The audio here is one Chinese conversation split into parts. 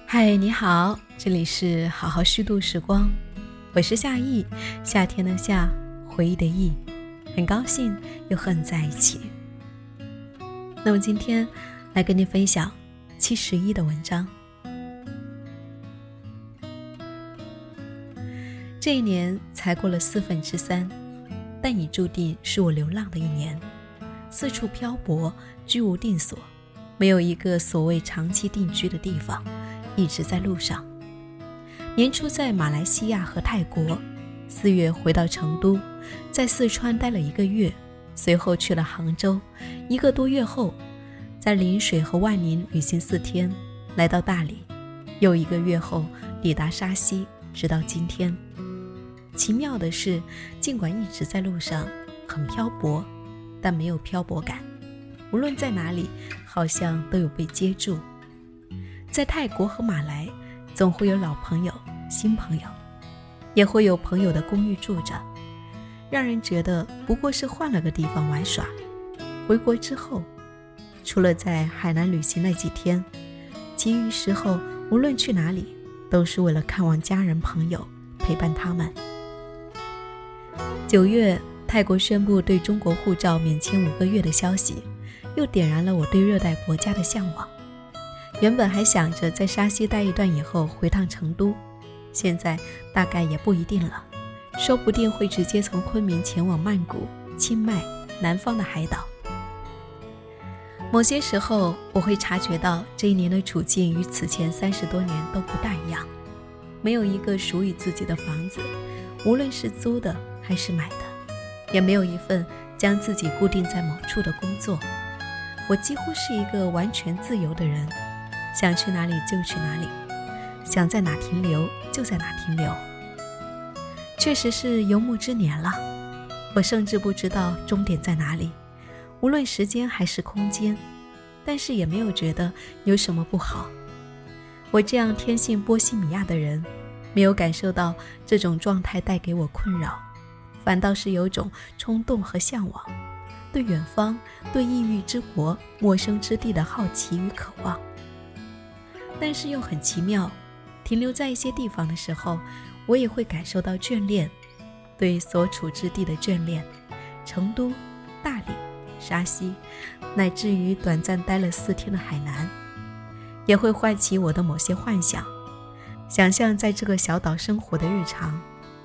嗨，你好，这里是好好虚度时光，我是夏意，夏天的夏，回忆的忆，很高兴又和你在一起。那么今天来跟你分享711的文章。这一年才过了3/4，但已注定是我流浪的一年，四处漂泊，居无定所，没有一个所谓长期定居的地方，一直在路上。年初在马来西亚和泰国，4月回到成都，在四川待了1个月，随后去了杭州，1个多月后在陵水和万宁旅行4天，来到大理，又1个月后抵达沙溪，直到今天。奇妙的是，尽管一直在路上，很漂泊，但没有漂泊感，无论在哪里好像都有被接住。在泰国和马来，总会有老朋友、新朋友，也会有朋友的公寓住着，让人觉得不过是换了个地方玩耍。回国之后，除了在海南旅行那几天，其余时候无论去哪里，都是为了看望家人朋友，陪伴他们。9月，泰国宣布对中国护照免签5个月的消息，又点燃了我对热带国家的向往。原本还想着在沙溪待一段以后回趟成都，现在大概也不一定了，说不定会直接从昆明前往曼谷、清迈、南方的海岛。某些时候我会察觉到这一年的处境与此前30多年都不大一样，没有一个属于自己的房子，无论是租的还是买的，也没有一份将自己固定在某处的工作。我几乎是一个完全自由的人，想去哪里就去哪里，想在哪停留就在哪停留。确实是游牧之年了，我甚至不知道终点在哪里，无论时间还是空间，但是也没有觉得有什么不好。我这样天性波西米亚的人，没有感受到这种状态带给我困扰，反倒是有种冲动和向往，对远方、对异域之国、陌生之地的好奇与渴望。但是又很奇妙，停留在一些地方的时候，我也会感受到眷恋，对所处之地的眷恋。成都、大理、沙溪，乃至于短暂待了4天的海南，也会唤起我的某些幻想，想象在这个小岛生活的日常。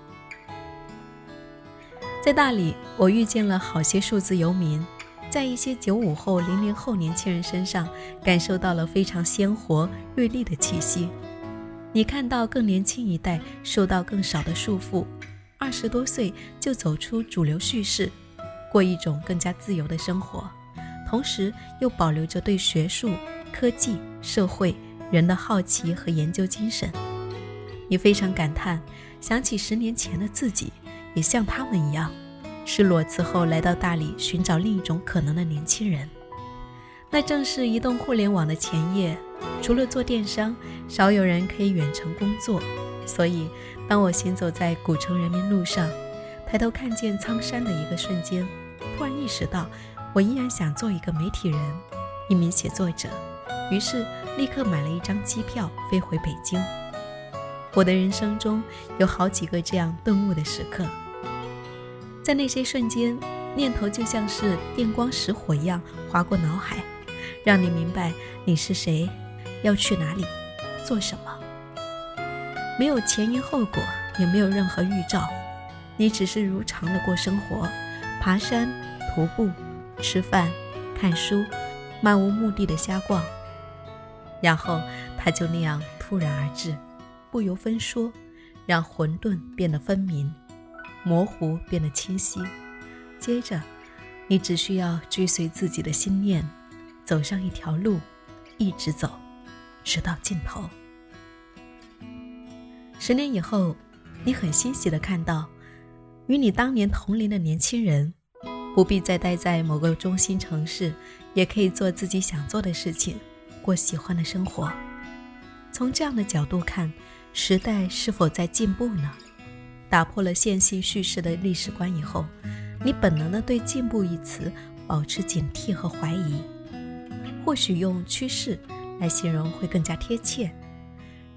在大理，我遇见了好些数字游民，在一些95后、00后年轻人身上感受到了非常鲜活、锐利的气息。你看到更年轻一代受到更少的束缚，20多岁就走出主流叙事，过一种更加自由的生活，同时又保留着对学术、科技、社会、人的好奇和研究精神。你非常感叹，想起10年前的自己也像他们一样，是裸辞后来到大理寻找另一种可能的年轻人。那正是移动互联网的前夜，除了做电商，少有人可以远程工作，所以当我行走在古城人民路上，抬头看见苍山的一个瞬间，突然意识到我依然想做一个媒体人，一名写作者，于是立刻买了一张机票飞回北京。我的人生中有好几个这样顿悟的时刻，在那些瞬间，念头就像是电光石火一样划过脑海，让你明白你是谁，要去哪里，做什么。没有前因后果，也没有任何预兆，你只是如常的过生活，爬山、徒步、吃饭、看书，漫无目的的瞎逛。然后它就那样突然而至，不由分说，让混沌变得分明，模糊变得清晰。接着你只需要追随自己的心念，走上一条路，一直走，直到尽头。10年以后，你很欣喜地看到，与你当年同龄的年轻人，不必再待在某个中心城市，也可以做自己想做的事情，过喜欢的生活。从这样的角度看，时代是否在进步呢？打破了线性叙事的历史观以后，你本能地对进步一词保持警惕和怀疑。或许用趋势来形容会更加贴切。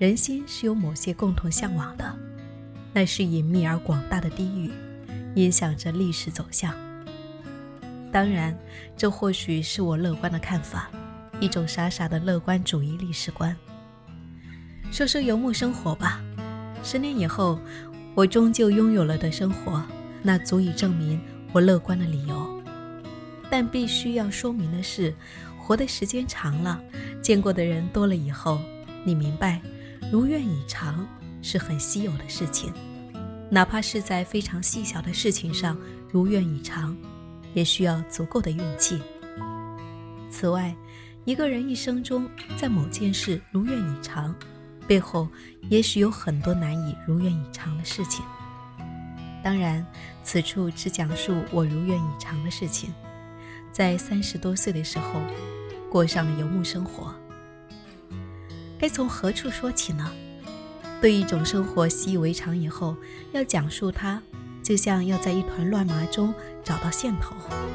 人心是有某些共同向往的，那是隐秘而广大的地域，影响着历史走向。当然，这或许是我乐观的看法，一种傻傻的乐观主义历史观。说说游牧生活吧，10年以后，我终究拥有了的生活，那足以证明我乐观的理由。但必须要说明的是，活的时间长了，见过的人多了以后，你明白如愿以偿是很稀有的事情，哪怕是在非常细小的事情上如愿以偿，也需要足够的运气。此外，一个人一生中在某件事如愿以偿，背后也许有很多难以如愿以偿的事情。当然，此处只讲述我如愿以偿的事情，在30多岁的时候过上了游牧生活。该从何处说起呢？对一种生活习以为常以后，要讲述它，就像要在一团乱麻中找到线头。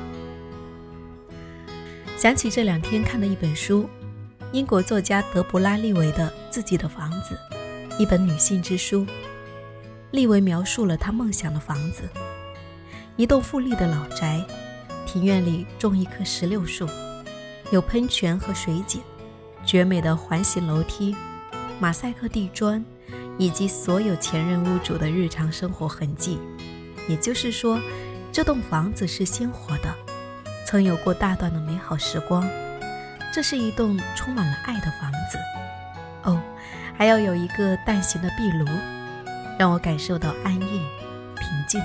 想起这2天看的一本书，英国作家德布拉·利维的《自己的房子》，一本女性之书。利维描述了她梦想的房子，一栋富丽的老宅，庭院里种一棵石榴树，有喷泉和水井，绝美的环形楼梯，马赛克地砖，以及所有前任屋主的日常生活痕迹。也就是说，这栋房子是鲜活的，曾有过大段的美好时光。这是一栋充满了爱的房子。哦，还要有一个蛋形的壁炉，让我感受到安逸平静。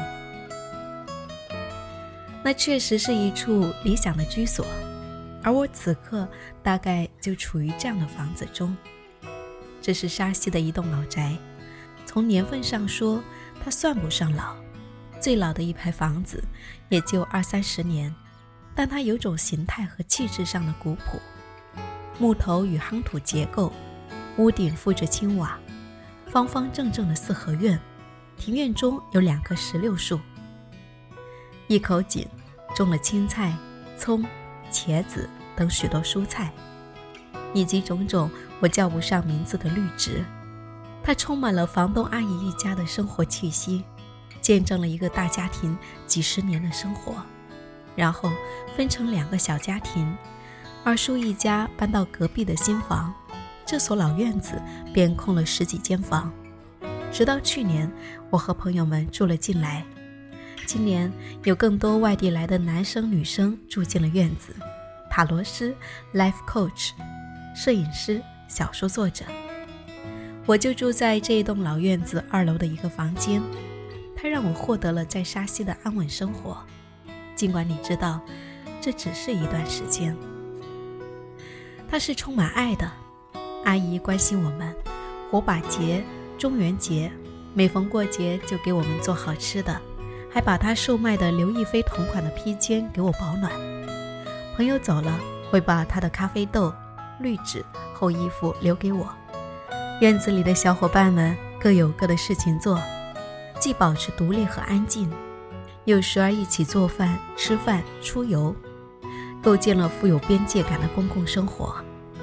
那确实是一处理想的居所，而我此刻大概就处于这样的房子中。这是沙溪的一栋老宅，从年份上说，它算不上老，最老的一排房子也就20-30年，但它有种形态和气质上的古朴。木头与夯土结构，屋顶附着青瓦，方方正正的4合院，庭院中有2棵石榴树，一口井种了青菜、葱、茄子等许多蔬菜，以及种种我叫不上名字的绿植。它充满了房东阿姨一家的生活气息，见证了一个大家庭几十年的生活，然后分成2个小家庭。二叔一家搬到隔壁的新房，这所老院子便空了10几间房。直到去年，我和朋友们住了进来。今年有更多外地来的男生女生住进了院子，塔罗师、life coach、摄影师、小说作者。我就住在这一栋老院子2楼的一个房间，它让我获得了在沙溪的安稳生活，尽管你知道这只是一段时间。它是充满爱的，阿姨关心我们，火把节、中元节，每逢过节就给我们做好吃的，还把她售卖的刘亦菲同款的披肩给我保暖。朋友走了，会把他的咖啡豆、滤纸、厚衣服留给我。院子里的小伙伴们各有各的事情做，既保持独立和安静，又时而一起做饭、吃饭、出游，构建了富有边界感的公共生活。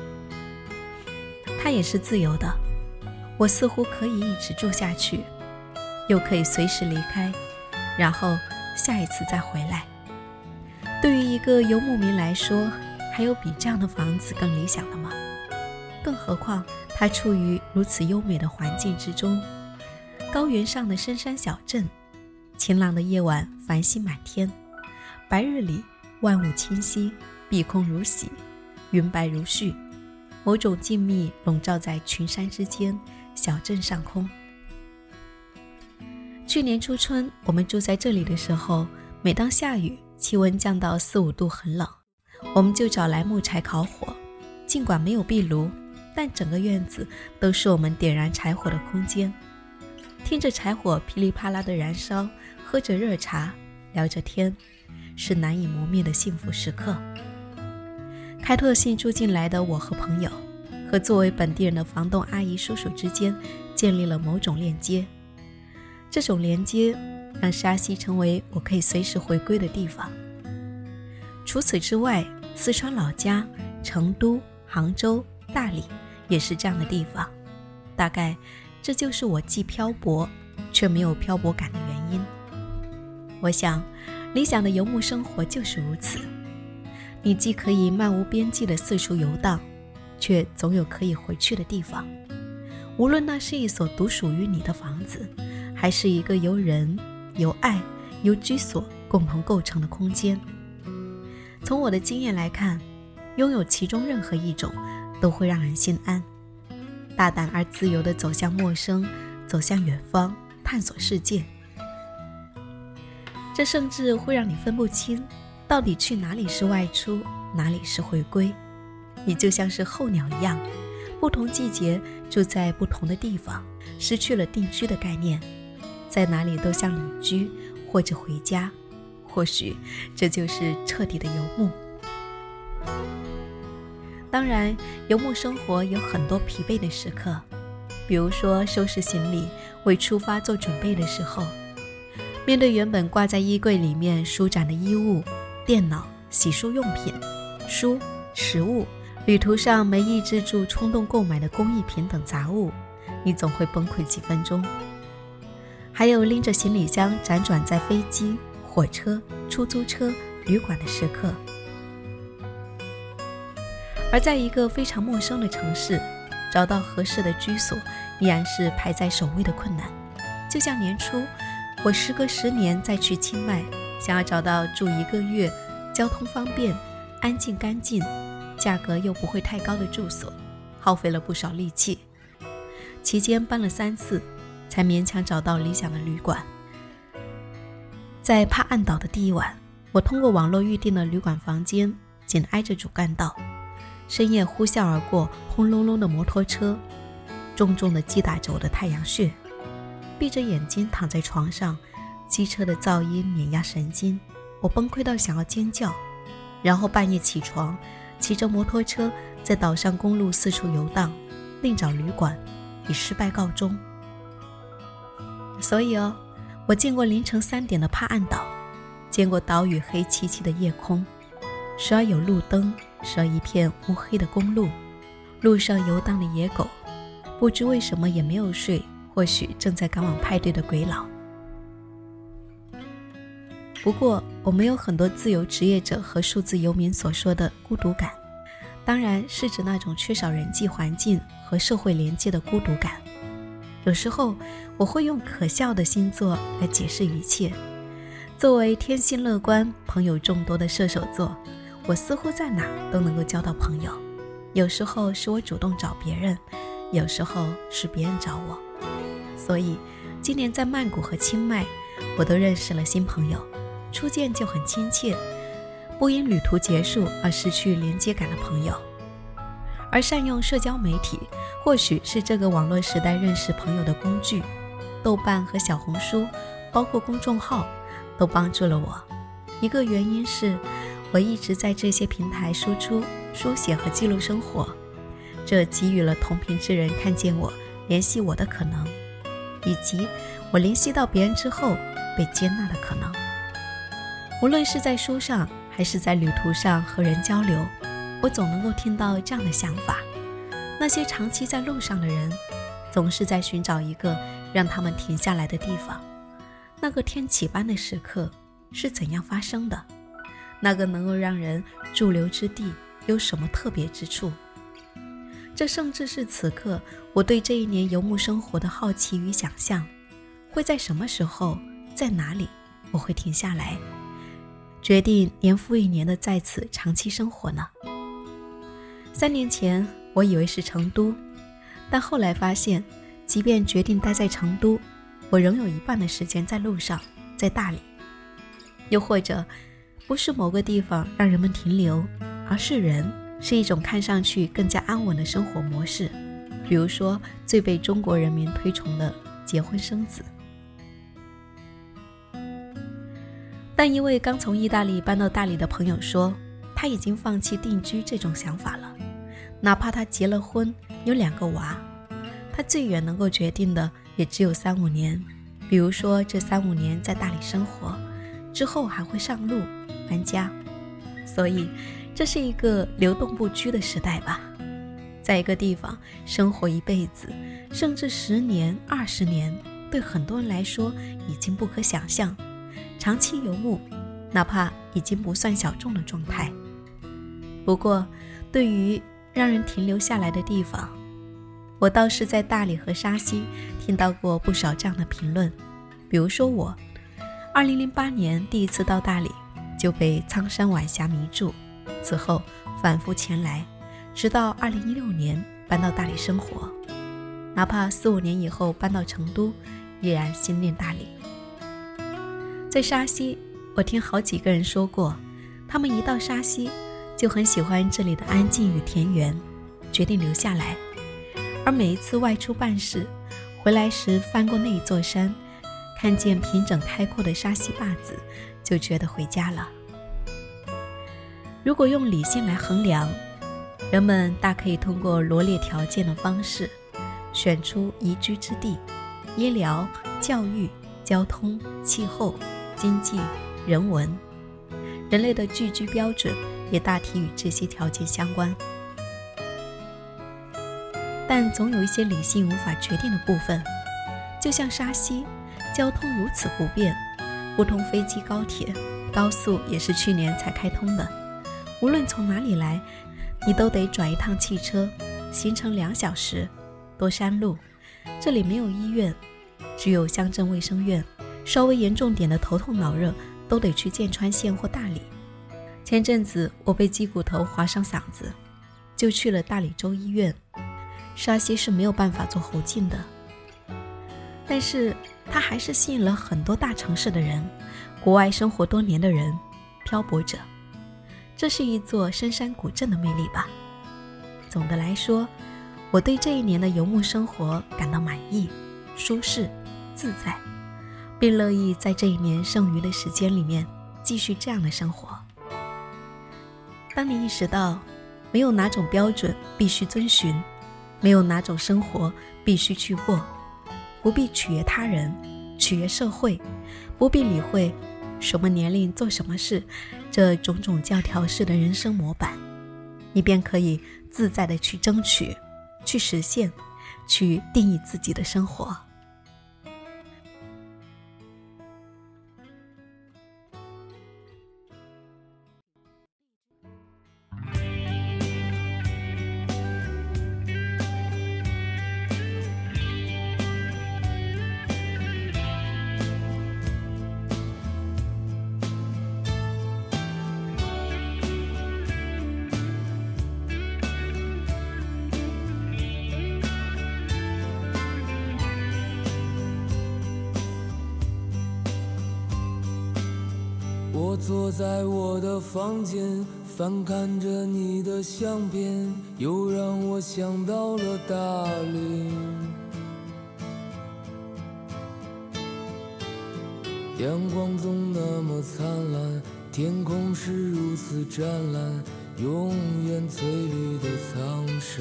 它也是自由的，我似乎可以一直住下去，又可以随时离开，然后下一次再回来。对于一个游牧民来说，还有比这样的房子更理想的吗？更何况它处于如此优美的环境之中，高原上的深山小镇，晴朗的夜晚繁星满天，白日里万物清晰，碧空如洗，云白如絮，某种静谧笼罩在群山之间，小镇上空。去年初春我们住在这里的时候，每当下雨，气温降到4-5度很冷，我们就找来木柴烤火。尽管没有壁炉，但整个院子都是我们点燃柴火的空间，听着柴火噼里啪啦的燃烧，喝着热茶，聊着天，是难以磨灭的幸福时刻。开拓性住进来的我和朋友，和作为本地人的房东阿姨叔叔之间建立了某种链接。这种连接让沙溪成为我可以随时回归的地方。除此之外，四川老家、成都、杭州、大理也是这样的地方。 大概这就是我既漂泊却没有漂泊感的原因。我想，理想的游牧生活就是如此，你既可以漫无边际地四处游荡，却总有可以回去的地方。无论那是一所独属于你的房子，还是一个由人、由爱、由居所共同构成的空间。从我的经验来看，拥有其中任何一种都会让人心安。大胆而自由地走向陌生，走向远方，探索世界。这甚至会让你分不清，到底去哪里是外出，哪里是回归。你就像是候鸟一样，不同季节住在不同的地方，失去了定居的概念，在哪里都像旅居或者回家。或许这就是彻底的游牧。当然，游牧生活有很多疲惫的时刻，比如说收拾行李为出发做准备的时候，面对原本挂在衣柜里面舒展的衣物、电脑、洗漱用品、书、食物，旅途上没抑制住冲动购买的工艺品等杂物，你总会崩溃几分钟。还有拎着行李箱辗转在飞机、火车、出租车、旅馆的时刻。而在一个非常陌生的城市，找到合适的居所依然是排在首位的困难。就像年初，我时隔10年再去清迈，想要找到住1个月、交通方便、安静干净、价格又不会太高的住所，耗费了不少力气。期间搬了3次，才勉强找到理想的旅馆。在帕岸岛的第一晚，我通过网络预订了旅馆房间，紧挨着主干道。深夜呼啸而过轰隆隆的摩托车，重重地击打着我的太阳穴。闭着眼睛躺在床上，机车的噪音碾压神经，我崩溃到想要尖叫。然后半夜起床，骑着摩托车在岛上公路四处游荡，另找旅馆，以失败告终。所以我见过凌晨3点的帕岸岛，见过岛屿黑漆漆的夜空，时而有路灯，时而一片乌黑的公路，路上游荡的野狗，不知为什么也没有睡，或许正在赶往派对的鬼佬。不过我没有很多自由职业者和数字游民所说的孤独感，当然是指那种缺少人际环境和社会连接的孤独感。有时候我会用可笑的星座来解释一切。作为天性乐观、朋友众多的射手座，我似乎在哪都能够交到朋友。有时候是我主动找别人，有时候是别人找我。所以今年在曼谷和清迈，我都认识了新朋友，初见就很亲切，不因旅途结束而失去连接感的朋友。而善用社交媒体，或许是这个网络时代认识朋友的工具。豆瓣和小红书，包括公众号，都帮助了我。一个原因是我一直在这些平台输出、书写和记录生活，这给予了同频之人看见我、联系我的可能，以及我联系到别人之后被接纳的可能。无论是在书上还是在旅途上和人交流，我总能够听到这样的想法：那些长期在路上的人，总是在寻找一个让他们停下来的地方。那个天启般的时刻是怎样发生的？那个能够让人驻留之地有什么特别之处？这甚至是此刻我对这一年游牧生活的好奇与想象。会在什么时候，在哪里，我会停下来，决定年复一年的在此长期生活呢？3年前我以为是成都，但后来发现，即便决定待在成都，我仍有一半的时间在路上，在大理。又或者不是某个地方让人们停留，而是人，是一种看上去更加安稳的生活模式。比如说最被中国人民推崇的结婚生子。但一位刚从意大利搬到大理的朋友说，他已经放弃定居这种想法了，哪怕他结了婚，有2个娃，他最远能够决定的也只有3-5年。比如说这3-5年在大理生活，之后还会上路搬家。所以这是一个流动不居的时代吧。 在一个地方生活一辈子，甚至10年、20年，对很多人来说已经不可想象。长期游牧，哪怕已经不算小众的状态。不过，对于让人停留下来的地方，我倒是在大理和沙溪听到过不少这样的评论。比如说我2008年第一次到大理，就被苍山晚霞迷住，此后反复前来，直到2016年搬到大理生活。哪怕4-5年以后搬到成都，依然心念大理。在沙溪，我听好几个人说过，他们一到沙溪就很喜欢这里的安静与田园，决定留下来。而每一次外出办事，回来时翻过那一座山，看见平整开阔的沙溪坝子，就觉得回家了。如果用理性来衡量，人们大可以通过罗列条件的方式，选出宜居之地，医疗、教育、交通、气候、经济、人文，人类的聚居标准也大体与这些条件相关。但总有一些理性无法决定的部分，就像沙溪，交通如此不便，不通飞机、高铁，高速也是去年才开通的，无论从哪里来，你都得转一趟汽车，行程2小时，多山路，这里没有医院，只有乡镇卫生院，稍微严重点的头痛脑热都得去剑川县或大理。前阵子我被鸡骨头划伤嗓子，就去了大理州医院。沙溪是没有办法做喉镜的，但是它还是吸引了很多大城市的人，国外生活多年的人，漂泊者。这是一座深山古镇的魅力吧。总的来说，我对这一年的游牧生活感到满意、舒适、自在，并乐意在这一年剩余的时间里面继续这样的生活。当你意识到没有哪种标准必须遵循，没有哪种生活必须去过，不必取悦他人，取悦社会，不必理会什么年龄做什么事，这种种教条式的人生模板，你便可以自在地去争取，去实现，去定义自己的生活。 我坐在我的房间，翻看着你的相片，又让我想到了大理。阳光总那么灿烂，天空是如此湛蓝，永远翠绿的苍山。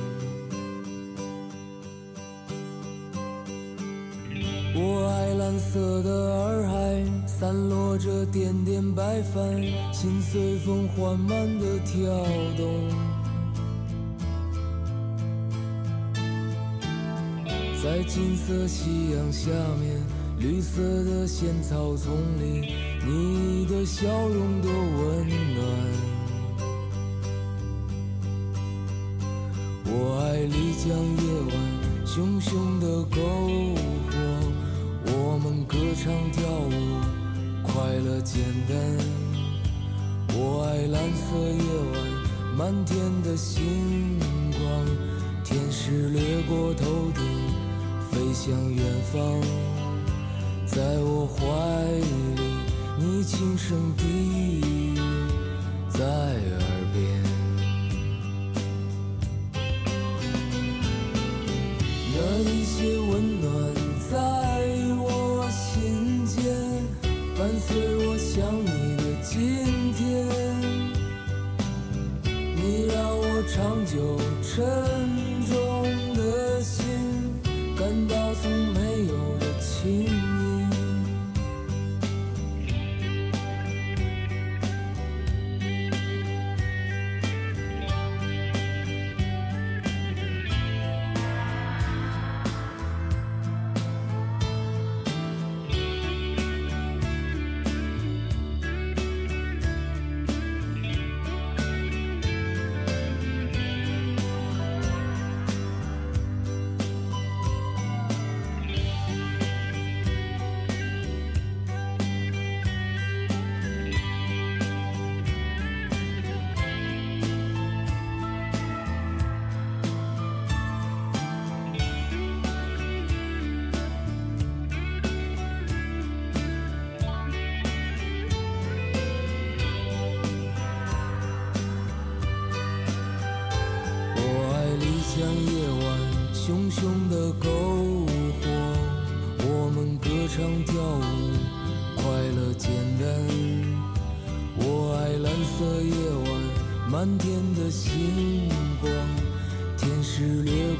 我爱蓝色的洱海，散落着点点白帆，心随风缓慢地跳动。在金色夕阳下面，绿色的仙草丛里，你的笑容多温暖。我爱丽江夜晚熊熊的篝火，我们歌唱跳舞，快乐简单。我爱蓝色夜晚满天的星光，天使掠过头顶，飞向远方。在我怀里，你轻声低语在耳边。那一些温暖在我心间，伴随我想你的今天。你让我长久沉重的心感到从没有的轻易。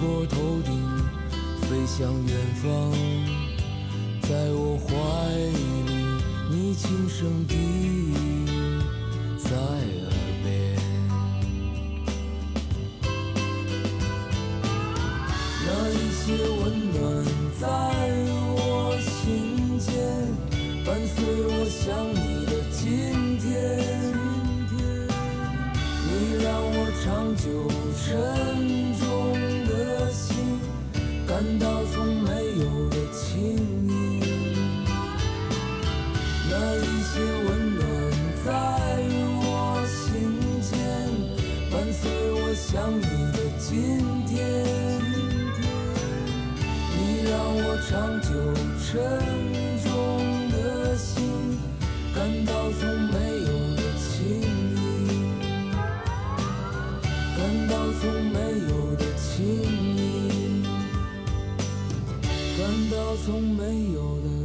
过头顶，飞向远方，在我怀里，你轻声低语在耳边。那一些温暖在我心间，伴随我想你的今天。你让我长久沉重的心感到从没有的轻盈。那一些温暖在我心间，伴随我想你的今天。你让我长久沉重的心感到从没有的轻盈，感到从没有的轻盈，感到从没有的